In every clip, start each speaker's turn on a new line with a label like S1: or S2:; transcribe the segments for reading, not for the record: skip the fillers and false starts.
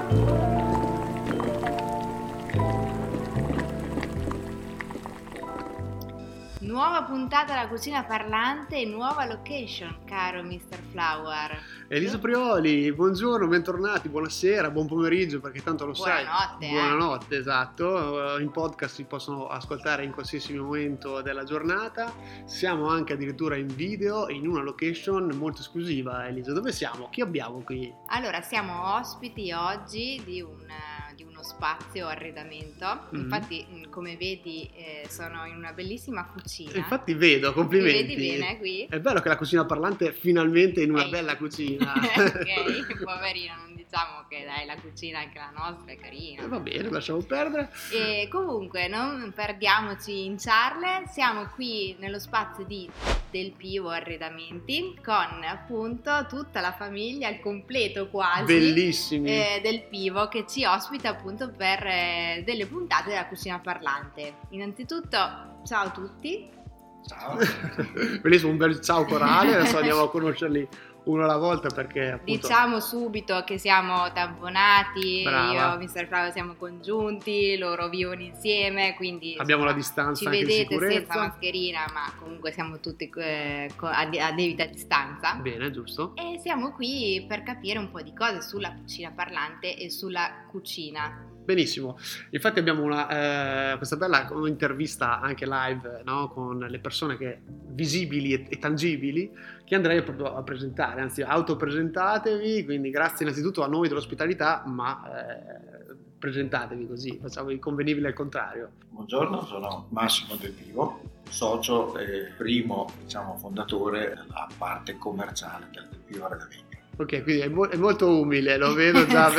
S1: Nuova puntata della cucina parlante e nuova location, caro Mr. Flower.
S2: Elisa Prioli, buongiorno, bentornati, buonasera, buon pomeriggio, perché tanto lo sai. Buonanotte, esatto. In podcast si possono ascoltare in qualsiasi momento della giornata. Siamo anche addirittura in video in una location molto esclusiva. Elisa, dove siamo? Chi abbiamo qui?
S1: Allora, siamo ospiti oggi di uno spazio arredamento. Infatti, come vedi, sono in una bellissima cucina.
S2: Infatti vedo, complimenti.
S1: Mi vedi bene qui?
S2: È bello che la cucina parlante è finalmente in una bella cucina.
S1: Ok, poverino, non diciamo che dai, la cucina anche la nostra è carina.
S2: Va bene, lasciamo perdere.
S1: E comunque non perdiamoci in ciarle, siamo qui nello spazio del Pivo Arredamenti con appunto tutta la famiglia, il completo quasi.
S2: Bellissimi.
S1: Del Pivo, che ci ospita appunto per delle puntate della cucina parlante. Innanzitutto, ciao a tutti.
S3: Ciao.
S2: Bellissimo, un bel ciao corale, adesso andiamo a conoscerli uno alla volta perché appunto...
S1: Diciamo subito che siamo tamponati.
S2: Brava.
S1: Io e Mr. Flavio siamo congiunti, loro vivono insieme, quindi
S2: abbiamo la distanza
S1: ci
S2: anche
S1: vedete
S2: di sicurezza.
S1: senza mascherina, ma comunque siamo tutti a debita distanza.
S2: Bene, giusto.
S1: E siamo qui per capire un po' di cose sulla cucina parlante e sulla cucina.
S2: Benissimo, infatti abbiamo questa bella intervista anche live, no? Con le persone visibili e tangibili, che andrei proprio a presentare, anzi autopresentatevi, quindi grazie innanzitutto a noi dell'ospitalità, ma presentatevi così, facciamo il convenibile al contrario.
S3: Buongiorno, sono Massimo Del Pivo, socio e primo fondatore della parte commerciale del Pivo Arredamenti.
S2: Ok, quindi è molto umile, lo vedo già.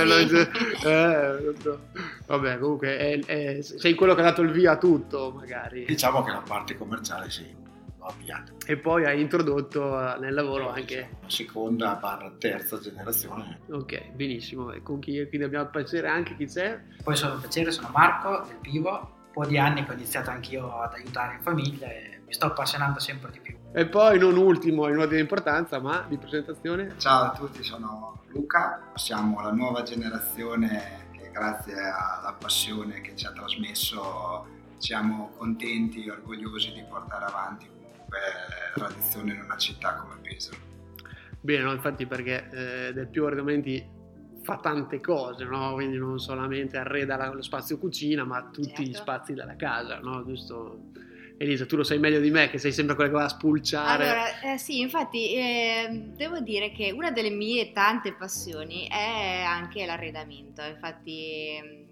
S2: Vabbè, comunque sei quello che ha dato il via a tutto, magari.
S3: Diciamo che la parte commerciale sì, l'ho avviata.
S2: E poi hai introdotto nel lavoro anche...
S3: La seconda / terza generazione.
S2: Ok, benissimo. E con chi quindi abbiamo il piacere anche chi c'è?
S4: Poi sono Marco Del Pivo, un po' di anni che ho iniziato anch'io ad aiutare in famiglia e mi sto appassionando sempre di più.
S2: E poi non ultimo in ordine di importanza, ma di presentazione.
S5: Ciao a tutti, sono Luca, siamo la nuova generazione che grazie alla passione che ci ha trasmesso siamo contenti e orgogliosi di portare avanti comunque la tradizione in una città come Pesaro.
S2: Bene, no, infatti perché Del Pivo Arredamenti fa tante cose, no? Quindi non solamente arreda lo spazio cucina, ma tutti gli spazi della casa, no? Giusto? Elisa, tu lo sai meglio di me, che sei sempre quella che va a spulciare.
S1: Allora, sì, infatti devo dire che una delle mie tante passioni è anche l'arredamento. Infatti,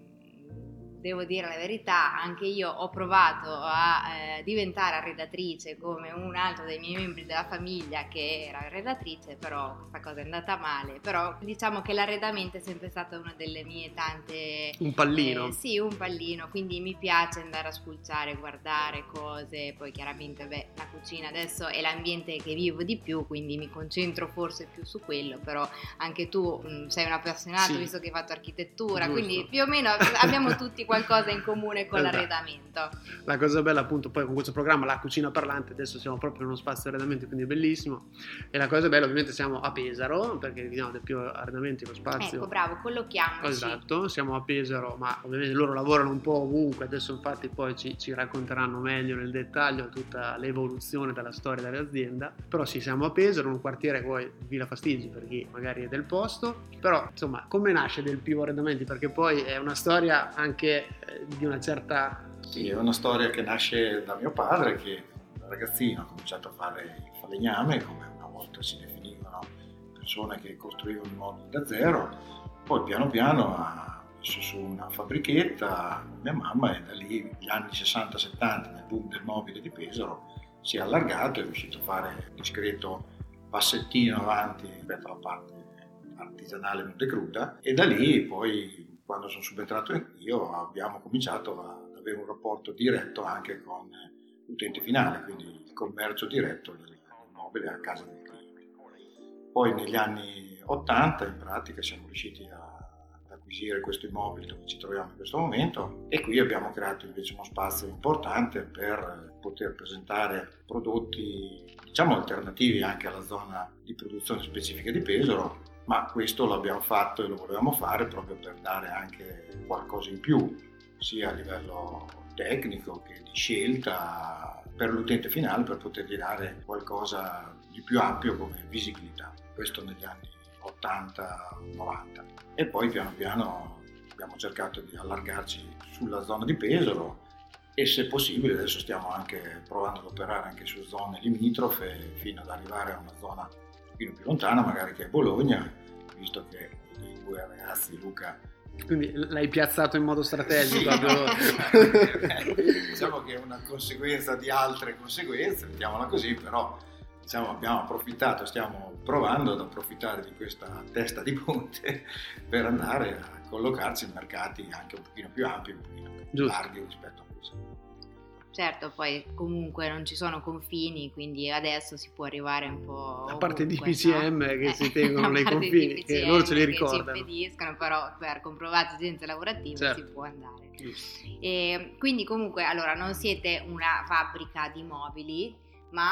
S1: devo dire la verità, anche io ho provato a diventare arredatrice come un altro dei miei membri della famiglia che era arredatrice, però questa cosa è andata male. Però diciamo che l'arredamento è sempre stata una delle mie tante...
S2: Un pallino.
S1: Sì, un pallino, quindi mi piace andare a spulciare, guardare cose, poi chiaramente la cucina adesso è l'ambiente che vivo di più, quindi mi concentro forse più su quello, però anche tu sei un appassionato,
S2: sì,
S1: visto che hai fatto architettura,
S2: giusto.
S1: Quindi più o meno abbiamo tutti qualcosa in comune con l'arredamento.
S2: La cosa bella appunto poi con questo programma, la cucina parlante, adesso siamo proprio in uno spazio di arredamento, quindi è bellissimo. E la cosa bella, ovviamente siamo a Pesaro, perché vediamo Del Pivo Arredamenti lo spazio.
S1: Ecco, bravo, collochiamoci.
S2: Esatto, siamo a Pesaro, ma ovviamente loro lavorano un po' ovunque, adesso infatti poi ci racconteranno meglio nel dettaglio tutta l'evoluzione della storia dell'azienda. Però sì, siamo a Pesaro, un quartiere poi Villa Fastigi per chi magari è del posto. Però insomma, come nasce Del Pivo Arredamenti? Perché poi è una storia anche di una certa...
S3: Sì, è una storia che nasce da mio padre, che da ragazzino ha cominciato a fare il falegname, come una volta si definivano persone che costruivano i mobili da zero. Poi piano piano ha messo su una fabbrichetta mia mamma e da lì, negli anni 60-70, nel boom del mobile di Pesaro, si è allargato e è riuscito a fare un discreto passettino avanti rispetto alla parte artigianale nuda e cruda, e da lì poi, quando sono subentrato io, abbiamo cominciato ad avere un rapporto diretto anche con l'utente finale, quindi il commercio diretto del mobile a casa del cliente. Poi negli anni 80 in pratica siamo riusciti ad acquisire questo immobile dove ci troviamo in questo momento, e qui abbiamo creato invece uno spazio importante per poter presentare prodotti alternativi anche alla zona di produzione specifica di Pesaro, ma questo l'abbiamo fatto e lo volevamo fare proprio per dare anche qualcosa in più, sia a livello tecnico che di scelta per l'utente finale, per potergli dare qualcosa di più ampio come visibilità. Questo negli anni 80-90. E poi piano piano abbiamo cercato di allargarci sulla zona di Pesaro e se possibile adesso stiamo anche provando ad operare anche su zone limitrofe fino ad arrivare a una zona un pochino più lontana, magari che è Bologna, visto che i due ragazzi, Luca...
S2: Quindi l'hai piazzato in modo strategico.
S3: Diciamo che è una conseguenza di altre conseguenze, mettiamola così, però diciamo, abbiamo approfittato, stiamo provando ad approfittare di questa testa di ponte per andare a collocarci in mercati anche un pochino più ampi, un pochino più larghi rispetto a questo.
S1: Certo, poi comunque non ci sono confini, quindi adesso si può arrivare un po'
S2: a parte
S1: ovunque,
S2: DPCM, no? Che si tengono nei confini, che loro ce li ricordano.
S1: Che ci impediscono, però per comprovate esigenze lavorative
S2: certo,
S1: si può andare. E quindi comunque, allora, non siete una fabbrica di mobili, ma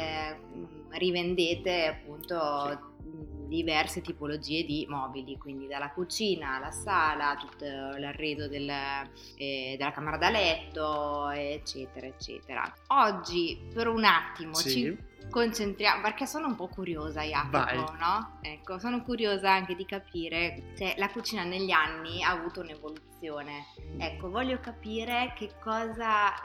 S1: rivendete appunto diverse tipologie di mobili, quindi dalla cucina alla sala, tutto l'arredo della camera da letto, eccetera eccetera. Oggi per un attimo ci concentriamo, perché sono un po' curiosa, Jacopo, no? Ecco, sono curiosa anche di capire se la cucina negli anni ha avuto un'evoluzione. Ecco, voglio capire che cosa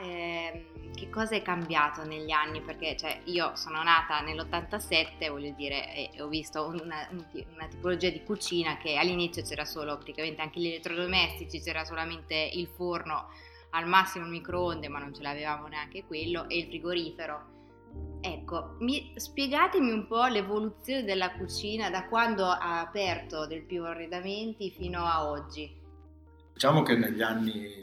S1: è cambiato negli anni, perché cioè, io sono nata nell'87, voglio dire, e ho visto una tipologia di cucina che all'inizio c'era solo praticamente anche gli elettrodomestici, c'era solamente il forno, al massimo il microonde, ma non ce l'avevamo neanche quello, e il frigorifero. Ecco, spiegatemi un po' l'evoluzione della cucina da quando ha aperto Del Pivo Arredamenti fino a oggi.
S3: Diciamo che negli anni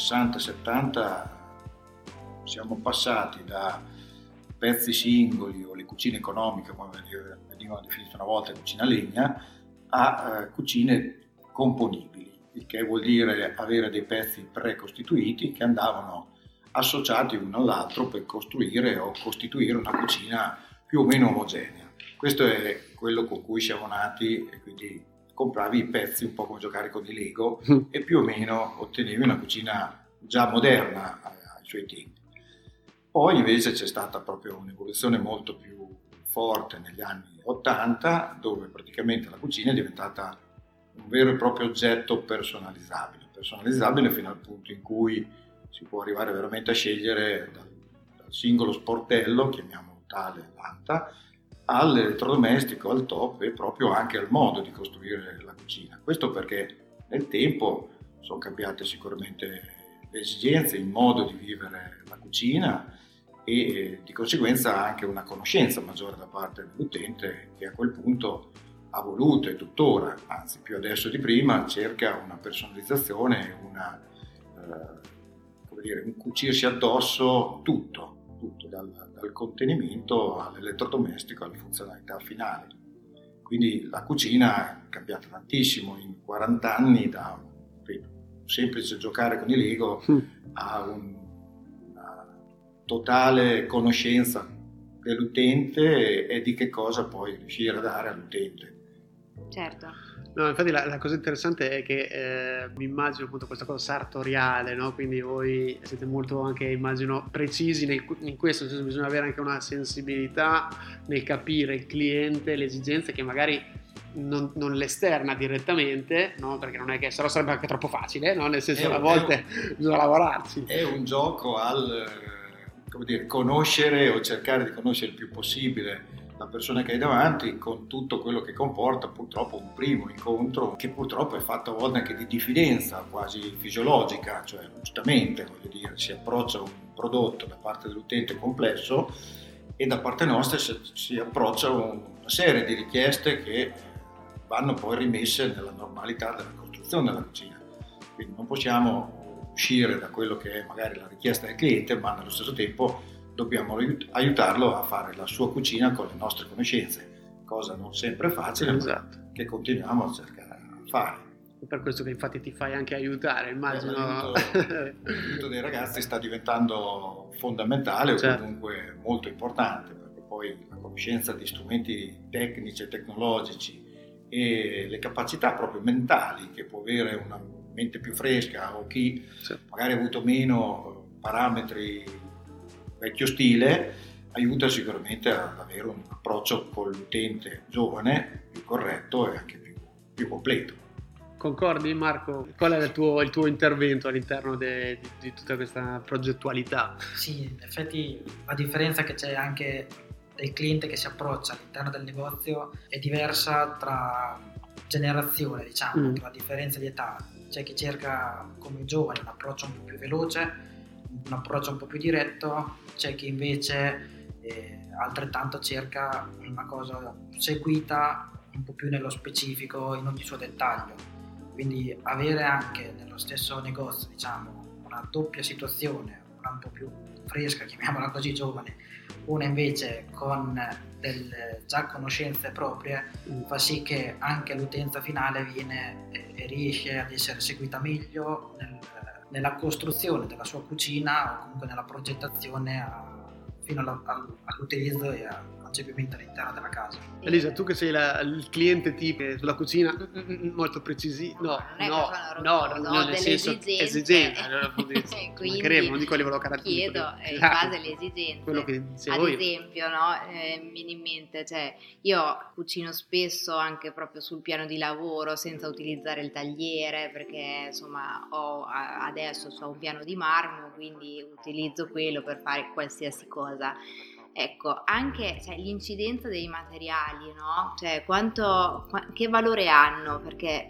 S3: 60-70 siamo passati da pezzi singoli o le cucine economiche, come venivano definite una volta cucina a legna, a cucine componibili, il che vuol dire avere dei pezzi precostituiti che andavano associati uno all'altro per costruire o costituire una cucina più o meno omogenea. Questo è quello con cui siamo nati, e quindi compravi i pezzi un po' come giocare con i Lego e più o meno ottenevi una cucina già moderna ai suoi tempi. Poi invece c'è stata proprio un'evoluzione molto più forte negli anni 80, dove praticamente la cucina è diventata un vero e proprio oggetto personalizzabile fino al punto in cui si può arrivare veramente a scegliere dal singolo sportello, chiamiamolo tale, l'anta, all'elettrodomestico, al top e proprio anche al modo di costruire la cucina. Questo perché nel tempo sono cambiate sicuramente le esigenze, il modo di vivere la cucina e di conseguenza anche una conoscenza maggiore da parte dell'utente che a quel punto ha voluto e tuttora, anzi più adesso di prima, cerca una personalizzazione, un cucirsi addosso tutto dal contenimento all'elettrodomestico alle funzionalità finali. Quindi la cucina è cambiata tantissimo in 40 anni, da un semplice giocare con i Lego a una totale conoscenza dell'utente e di che cosa puoi riuscire a dare all'utente.
S1: Certo.
S2: No, infatti la cosa interessante è che mi immagino appunto questa cosa sartoriale, no? Quindi voi siete molto anche, immagino, precisi in questo, nel senso che bisogna avere anche una sensibilità nel capire il cliente, le esigenze che magari non l'esterna direttamente, no? Perché non è che sennò sarebbe anche troppo facile, no? Nel senso a volte bisogna lavorarci.
S3: È un gioco conoscere o cercare di conoscere il più possibile la persona che hai davanti, con tutto quello che comporta purtroppo un primo incontro che purtroppo è fatto a volte anche di diffidenza quasi fisiologica, cioè giustamente, voglio dire, si approccia un prodotto da parte dell'utente complesso e da parte nostra si approccia una serie di richieste che vanno poi rimesse nella normalità della costruzione della cucina. Quindi non possiamo uscire da quello che è magari la richiesta del cliente, ma nello stesso tempo dobbiamo aiutarlo a fare la sua cucina con le nostre conoscenze, cosa non sempre facile,
S2: esatto,
S3: ma che continuiamo a cercare di fare.
S2: È per questo che infatti ti fai anche aiutare, immagino.
S3: L'aiuto dei ragazzi sta diventando fondamentale o
S2: certo,
S3: comunque molto importante, perché poi la conoscenza di strumenti tecnici e tecnologici e le capacità proprio mentali che può avere una mente più fresca o chi magari ha avuto meno parametri vecchio stile, aiuta sicuramente ad avere un approccio con l'utente giovane più corretto e anche più completo.
S2: Concordi, Marco? Qual è il tuo intervento all'interno di tutta questa progettualità?
S4: Sì, in effetti la differenza che c'è anche del cliente che si approccia all'interno del negozio è diversa tra generazione, diciamo, tra differenze di età. C'è chi cerca come giovane un approccio un po' più veloce, un approccio un po' più diretto, c'è chi invece altrettanto cerca una cosa seguita un po' più nello specifico in ogni suo dettaglio. Quindi avere anche nello stesso negozio, diciamo, una doppia situazione, una un po' più fresca, chiamiamola così, giovane, una invece con delle già conoscenze proprie, fa sì che anche l'utenza finale viene e riesce ad essere seguita meglio nella costruzione della sua cucina o comunque nella progettazione fino all'utilizzo e al concepimento all'interno della casa.
S2: Elisa, tu che sei il cliente tipo sulla cucina molto precisi, no, nel senso esigenze,
S1: quindi
S2: non dico a livello caratteristico,
S1: chiedo in base alle esigenze.
S2: Quello che
S1: ad esempio, mi viene in mente, cioè io cucino spesso anche proprio sul piano di lavoro senza utilizzare il tagliere, perché insomma adesso ho un piano di marmo, quindi utilizzo quello per fare qualsiasi cosa. Ecco, anche l'incidenza dei materiali, no? Cioè che valore hanno, perché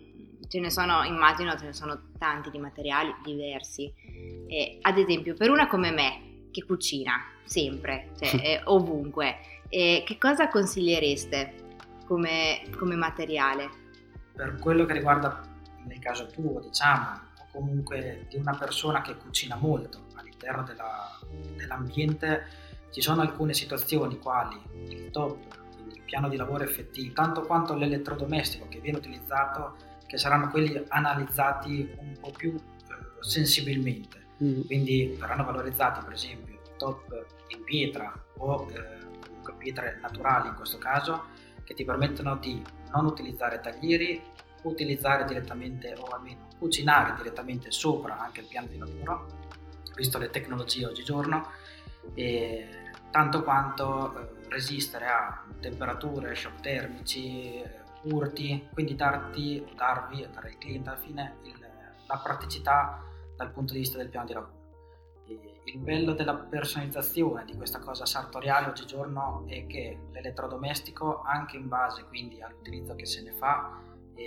S1: immagino ce ne sono tanti di materiali diversi. Ad esempio, per una come me, che cucina sempre, ovunque, che cosa consigliereste come materiale?
S4: Per quello che riguarda nel caso tuo, diciamo, o comunque di una persona che cucina molto all'interno dell'ambiente, ci sono alcune situazioni quali il top, quindi il piano di lavoro effettivo, tanto quanto l'elettrodomestico che viene utilizzato, che saranno quelli analizzati un po' più sensibilmente, quindi verranno valorizzati per esempio il top in pietra o comunque pietre naturali in questo caso, che ti permettono di non utilizzare taglieri, utilizzare direttamente o almeno cucinare direttamente sopra anche il piano di lavoro, visto le tecnologie oggigiorno, e tanto quanto resistere a temperature, shock termici, urti, quindi dare al cliente alla fine la praticità dal punto di vista del piano di lavoro. Il bello della personalizzazione di questa cosa sartoriale oggigiorno è che l'elettrodomestico, anche in base quindi all'utilizzo che se ne fa,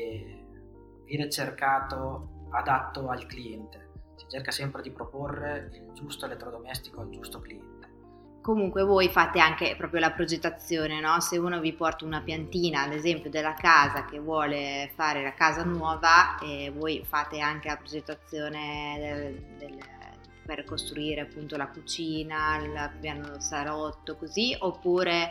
S4: viene cercato adatto al cliente. Si cerca sempre di proporre il giusto elettrodomestico al giusto cliente.
S1: Comunque voi fate anche proprio la progettazione, no? Se uno vi porta una piantina, ad esempio della casa, che vuole fare la casa nuova, voi fate anche la progettazione per costruire appunto la cucina, il piano salotto, così, oppure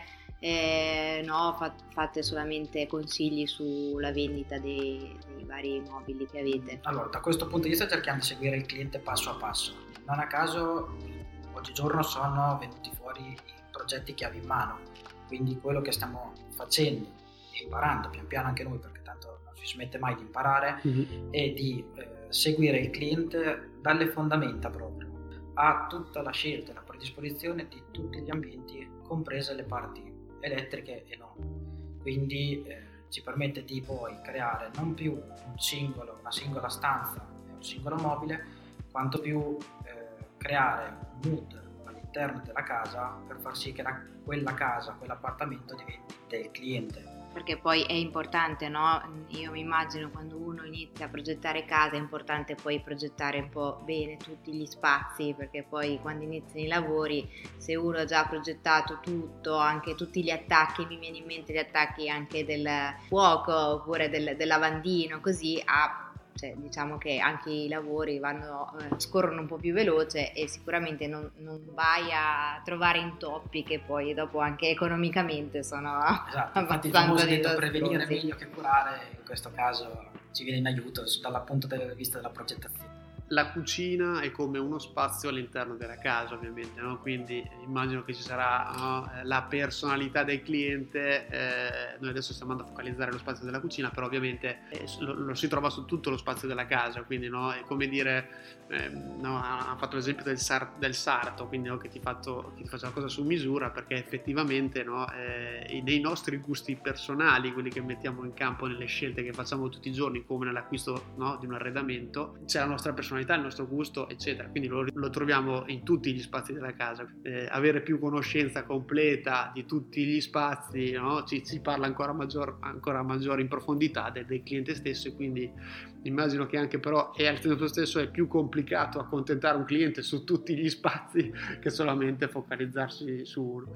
S1: fate solamente consigli sulla vendita dei vari mobili che avete?
S4: Allora, da questo punto di vista cerchiamo di seguire il cliente passo a passo. Non a caso oggigiorno sono venuti fuori i progetti chiave in mano, quindi quello che stiamo facendo e imparando pian piano anche noi, perché tanto non si smette mai di imparare, è di seguire il cliente dalle fondamenta proprio, a tutta la scelta e la predisposizione di tutti gli ambienti, comprese le parti elettriche e non. Quindi ci permette di poi creare non più una singola stanza e un singolo mobile, quanto più creare un mood all'interno della casa per far sì che quella casa, quell'appartamento diventi del cliente.
S1: Perché poi è importante, no? Io mi immagino quando uno inizia a progettare casa è importante poi progettare un po' bene tutti gli spazi, perché poi quando iniziano i lavori, se uno ha già progettato tutto, anche tutti gli attacchi, mi viene in mente gli attacchi anche del fuoco oppure del lavandino, così diciamo che anche i lavori scorrono un po' più veloce e sicuramente non vai a trovare intoppi che poi dopo anche economicamente sono
S4: infatti il famoso detto prevenire è meglio che curare, in questo caso ci viene in aiuto dal punto di vista della progettazione.
S2: la cucina è come uno spazio all'interno della casa, ovviamente, no? Quindi immagino che ci sarà, no, la personalità del cliente. Noi adesso stiamo andando a focalizzare lo spazio della cucina, però ovviamente lo si trova su tutto lo spazio della casa, quindi, no, è come dire, no, ha fatto l'esempio del sarto, quindi, no, che ti faccia la cosa su misura, perché effettivamente, no, nei nostri gusti personali, quelli che mettiamo in campo nelle scelte che facciamo tutti i giorni, come nell'acquisto, no, di un arredamento, c'è la nostra personalità, il nostro gusto, eccetera, quindi lo troviamo in tutti gli spazi della casa. Avere più conoscenza completa di tutti gli spazi, no, ci parla ancora maggiore in profondità del cliente stesso, e quindi immagino che anche però al tempo stesso è più complicato accontentare un cliente su tutti gli spazi che solamente focalizzarsi su uno.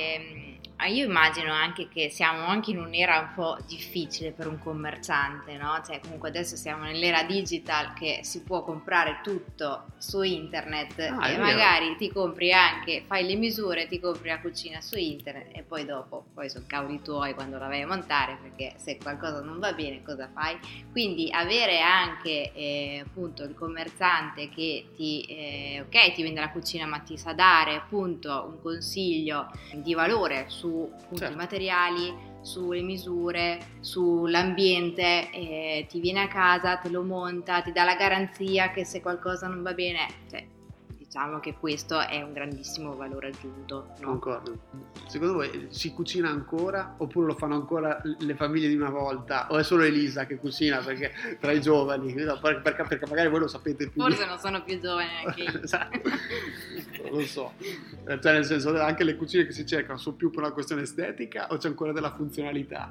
S1: Io immagino anche che siamo anche in un'era un po' difficile per un commerciante, no? Cioè, comunque adesso siamo nell'era digital, che si può comprare tutto su internet, e magari ti compri anche, fai le misure, ti compri la cucina su internet, e poi dopo sono cavoli tuoi quando la vai a montare, perché se qualcosa non va bene cosa fai? Quindi avere anche appunto il commerciante che ti vende la cucina, ma ti sa dare appunto un consiglio di valore su appunto, certo, i materiali, sulle misure, sull'ambiente, ti viene a casa, te lo monta, ti dà la garanzia che se qualcosa non va bene, cioè, diciamo che questo è un grandissimo valore aggiunto, no?
S2: Concordo. Secondo voi si cucina ancora, oppure lo fanno ancora le famiglie di una volta, o è solo Elisa che cucina perché tra i giovani, perché magari voi lo sapete più?
S1: Forse non sono più giovani anche io.
S2: Esatto. Non lo so, cioè nel senso, anche le cucine che si cercano sono più per una questione estetica o c'è ancora della funzionalità?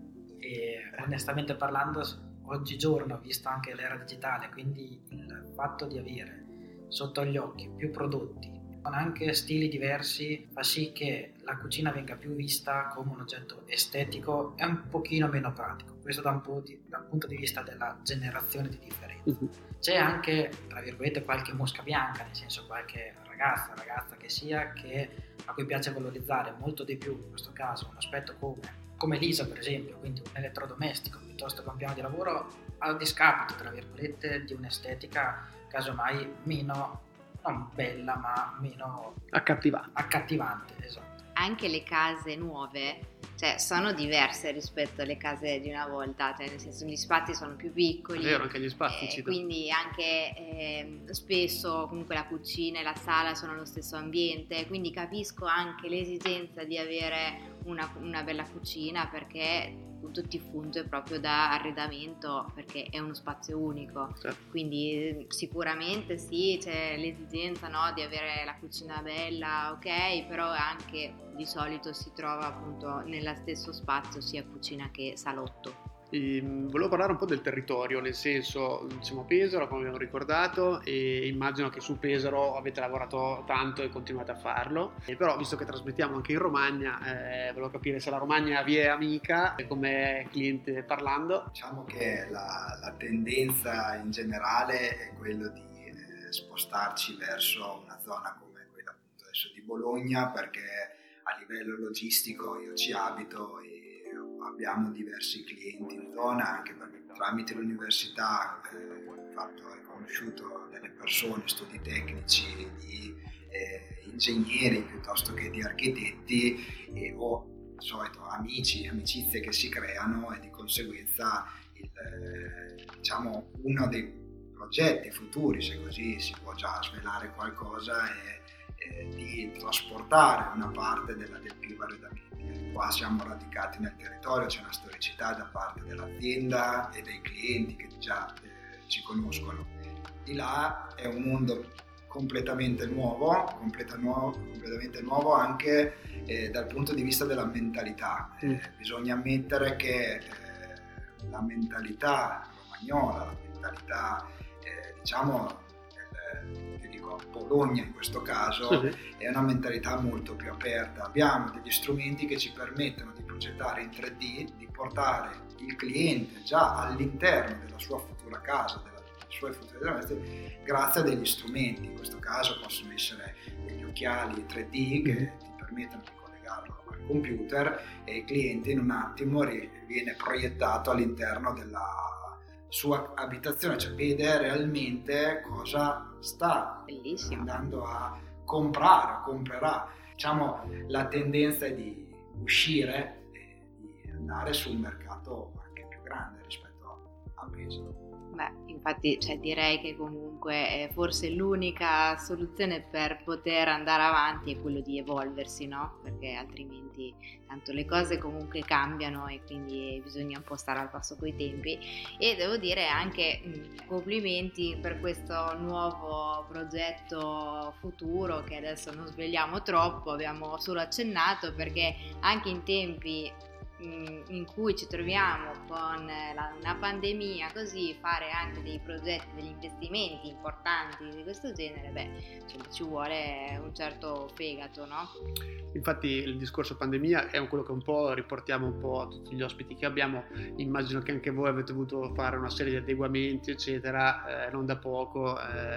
S4: E onestamente parlando, oggigiorno, visto anche l'era digitale, quindi il fatto di avere sotto gli occhi più prodotti con anche stili diversi fa sì che la cucina venga più vista come un oggetto estetico e un pochino meno pratico. Questo dal punto di vista della generazione di differenza. C'è anche, tra virgolette, qualche mosca bianca, nel senso qualche ragazza che sia, a cui piace valorizzare molto di più, in questo caso, un aspetto come Elisa, per esempio, quindi un elettrodomestico piuttosto che un piano di lavoro, a discapito, tra virgolette, di un'estetica casomai meno, non bella, ma meno accattivante, esatto.
S1: Anche le case nuove, cioè, sono diverse rispetto alle case di una volta, cioè nel senso gli spazi sono più piccoli.
S2: È vero, anche gli spazi
S1: quindi anche spesso comunque la cucina e la sala sono lo stesso ambiente, quindi capisco anche l'esigenza di avere una bella cucina, perché tutto ti funge proprio da arredamento, perché è uno spazio unico.
S2: Certo.
S1: Quindi sicuramente sì, c'è l'esigenza, no, di avere la cucina bella, ok, però anche di solito si trova appunto nello stesso spazio sia cucina che salotto.
S2: Volevo parlare un po' del territorio, nel senso, siamo a Pesaro, come abbiamo ricordato, e immagino che su Pesaro avete lavorato tanto e continuate a farlo, però visto che trasmettiamo anche in Romagna, volevo capire se la Romagna vi è amica come cliente parlando.
S5: Diciamo che la tendenza in generale è quello di spostarci verso una zona come quella appunto adesso di Bologna, perché a livello logistico io ci abito e abbiamo diversi clienti in zona, anche perché tramite l'università ho conosciuto delle persone, studi tecnici, di ingegneri piuttosto che di architetti, e ho di solito amicizie che si creano, e di conseguenza diciamo uno dei progetti futuri, se così si può già svelare qualcosa, è di trasportare una parte del più arredamento. Qua siamo radicati nel territorio, c'è una storicità da parte dell'azienda e dei clienti che già ci conoscono. Di là è un mondo completamente nuovo anche dal punto di vista della mentalità. Bisogna ammettere che la mentalità romagnola, la mentalità diciamo Bologna in questo caso, è una mentalità molto più aperta. Abbiamo degli strumenti che ci permettono di progettare in 3D, di portare il cliente già all'interno della sua futura casa, delle sue future domestiche, grazie a degli strumenti. In questo caso possono essere degli occhiali 3D che ti permettono di collegarlo al computer, e il cliente in un attimo viene proiettato all'interno sua abitazione, cioè vede realmente cosa sta
S1: Bellissimo.
S5: andando a comprare, comprerà. Diciamo, la tendenza è di uscire e di andare su un mercato anche più grande rispetto a Pesaro.
S1: Beh, infatti, direi che comunque forse l'unica soluzione per poter andare avanti è quello di evolversi, no? Perché altrimenti tanto le cose comunque cambiano e quindi bisogna un po' stare al passo coi tempi. E devo dire anche complimenti per questo nuovo progetto futuro che adesso non svegliamo troppo, abbiamo solo accennato, perché anche in tempi in cui ci troviamo con una pandemia così, fare anche dei progetti, degli investimenti importanti di questo genere, ci vuole un certo fegato, no?
S2: Infatti il discorso pandemia è quello che un po' riportiamo un po' a tutti gli ospiti che abbiamo. Immagino che anche voi avete dovuto fare una serie di adeguamenti eccetera, non da poco.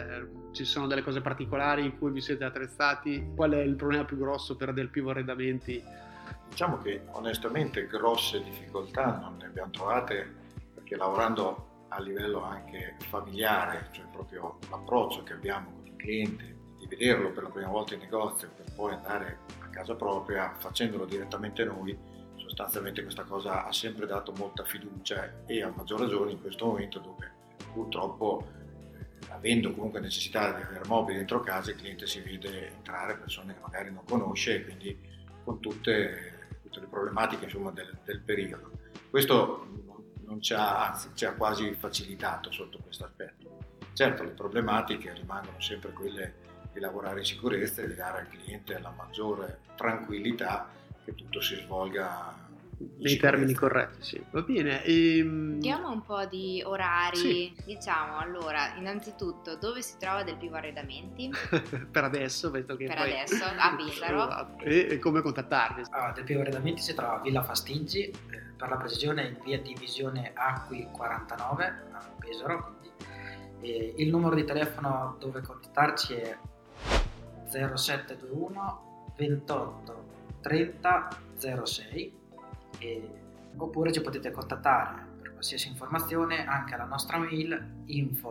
S2: Ci sono delle cose particolari in cui vi siete attrezzati? Qual è il problema più grosso per Del Pivo Arredamenti?
S3: Diciamo che onestamente grosse difficoltà non ne abbiamo trovate, perché lavorando a livello anche familiare, cioè proprio l'approccio che abbiamo con il cliente, di vederlo per la prima volta in negozio per poi andare a casa propria, facendolo direttamente noi, sostanzialmente questa cosa ha sempre dato molta fiducia, e a maggior ragione in questo momento dove purtroppo avendo comunque necessità di avere mobili dentro casa, il cliente si vede entrare persone che magari non conosce, e quindi con tutte le problematiche insomma del periodo. Questo non ci ha, anzi ci ha quasi facilitato sotto questo aspetto. Certo, le problematiche rimangono sempre quelle di lavorare in sicurezza e di dare al cliente la maggiore tranquillità che tutto si svolga
S2: nei termini corretti, sì. Va bene.
S1: Diamo un po' di orari. Sì. Diciamo, allora, innanzitutto, dove si trova Del Pivo Arredamenti?
S2: Per adesso, vedo che
S1: adesso, a Pesaro.
S2: E come contattarvi?
S4: Del Pivo Arredamenti si trova a Villa Fastiggi, per la precisione in via Divisione Acqui 49 a Pesaro. Quindi, il numero di telefono dove contattarci è 0721 28 30 06. Oppure ci potete contattare per qualsiasi informazione anche alla nostra mail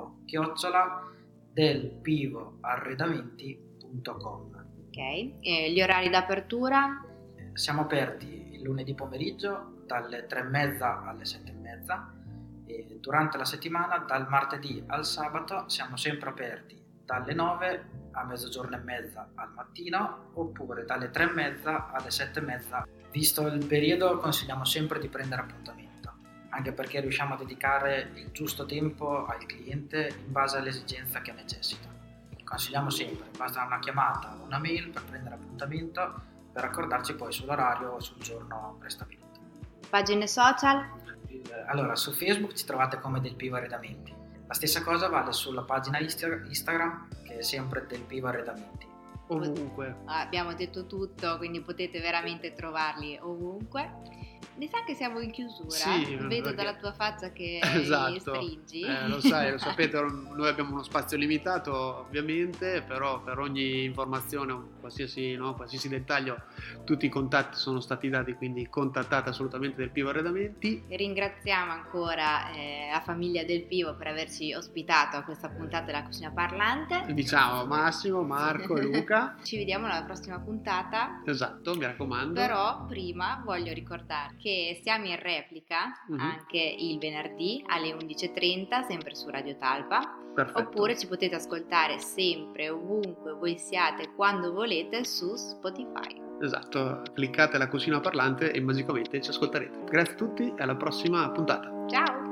S4: info@delpivoarredamenti.com.
S1: Ok, gli orari d'apertura?
S4: Siamo aperti il lunedì pomeriggio dalle 3:30 alle 7:30 e durante la settimana dal martedì al sabato siamo sempre aperti dalle 9 a mezzogiorno e mezza al mattino, oppure dalle 3:30 alle 7:30. Visto il periodo consigliamo sempre di prendere appuntamento, anche perché riusciamo a dedicare il giusto tempo al cliente in base all'esigenza che necessita. Consigliamo sempre, basta una chiamata o una mail per prendere appuntamento, per accordarci poi sull'orario o sul giorno prestabilito.
S1: Pagine social?
S4: Allora, su Facebook ci trovate come Del Pivo Arredamenti. La stessa cosa vale sulla pagina Instagram, che è sempre Del Pivo Arredamenti.
S2: Ovunque.
S1: Abbiamo detto tutto, quindi potete veramente trovarli ovunque. Mi sa che siamo in chiusura,
S2: sì,
S1: vedo
S2: perché...
S1: dalla tua faccia che
S2: esatto.
S1: stringi.
S2: Lo sapete, noi abbiamo uno spazio limitato ovviamente, però per ogni informazione, qualsiasi dettaglio, tutti i contatti sono stati dati, quindi contattate assolutamente Del Pivo Arredamenti.
S1: Ringraziamo ancora la famiglia Del Pivo per averci ospitato a questa puntata della Cucina Parlante.
S2: Diciamo Massimo, Marco e Luca.
S1: Ci vediamo alla prossima puntata.
S2: Esatto, mi raccomando.
S1: Però prima voglio ricordare che siamo in replica anche il venerdì alle 11:30 sempre su Radio Talpa.
S2: Perfetto.
S1: Oppure ci potete ascoltare sempre, ovunque voi siate, quando volete, su Spotify.
S2: Esatto, cliccate la Cucina Parlante e magicamente ci ascolterete. Grazie a tutti e alla prossima puntata.
S1: Ciao!